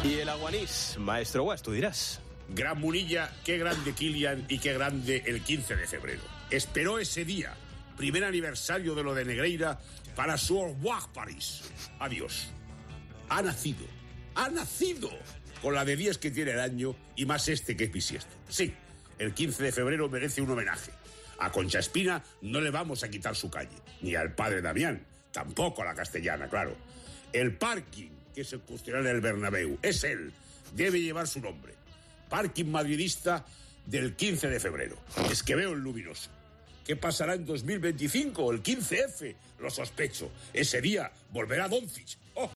Y el Aguanís, maestro Guas, tú dirás. Gran Munilla, qué grande Kilian y qué grande el 15 de febrero. Esperó ese día, primer aniversario de lo de Negreira, para su Orwag París. Adiós. Ha nacido con la de 10 que tiene el año y más este que es bisiesto. Sí, el 15 de febrero merece un homenaje. A Concha Espina no le vamos a quitar su calle, ni al padre Damián, tampoco a la Castellana, claro. El parking que se construirá en el Bernabéu es él, debe llevar su nombre. Parking madridista del 15 de febrero. Es que veo el luminoso. ¿Qué pasará en 2025? El 15F, lo sospecho. Ese día volverá Doncic. ¡Oh!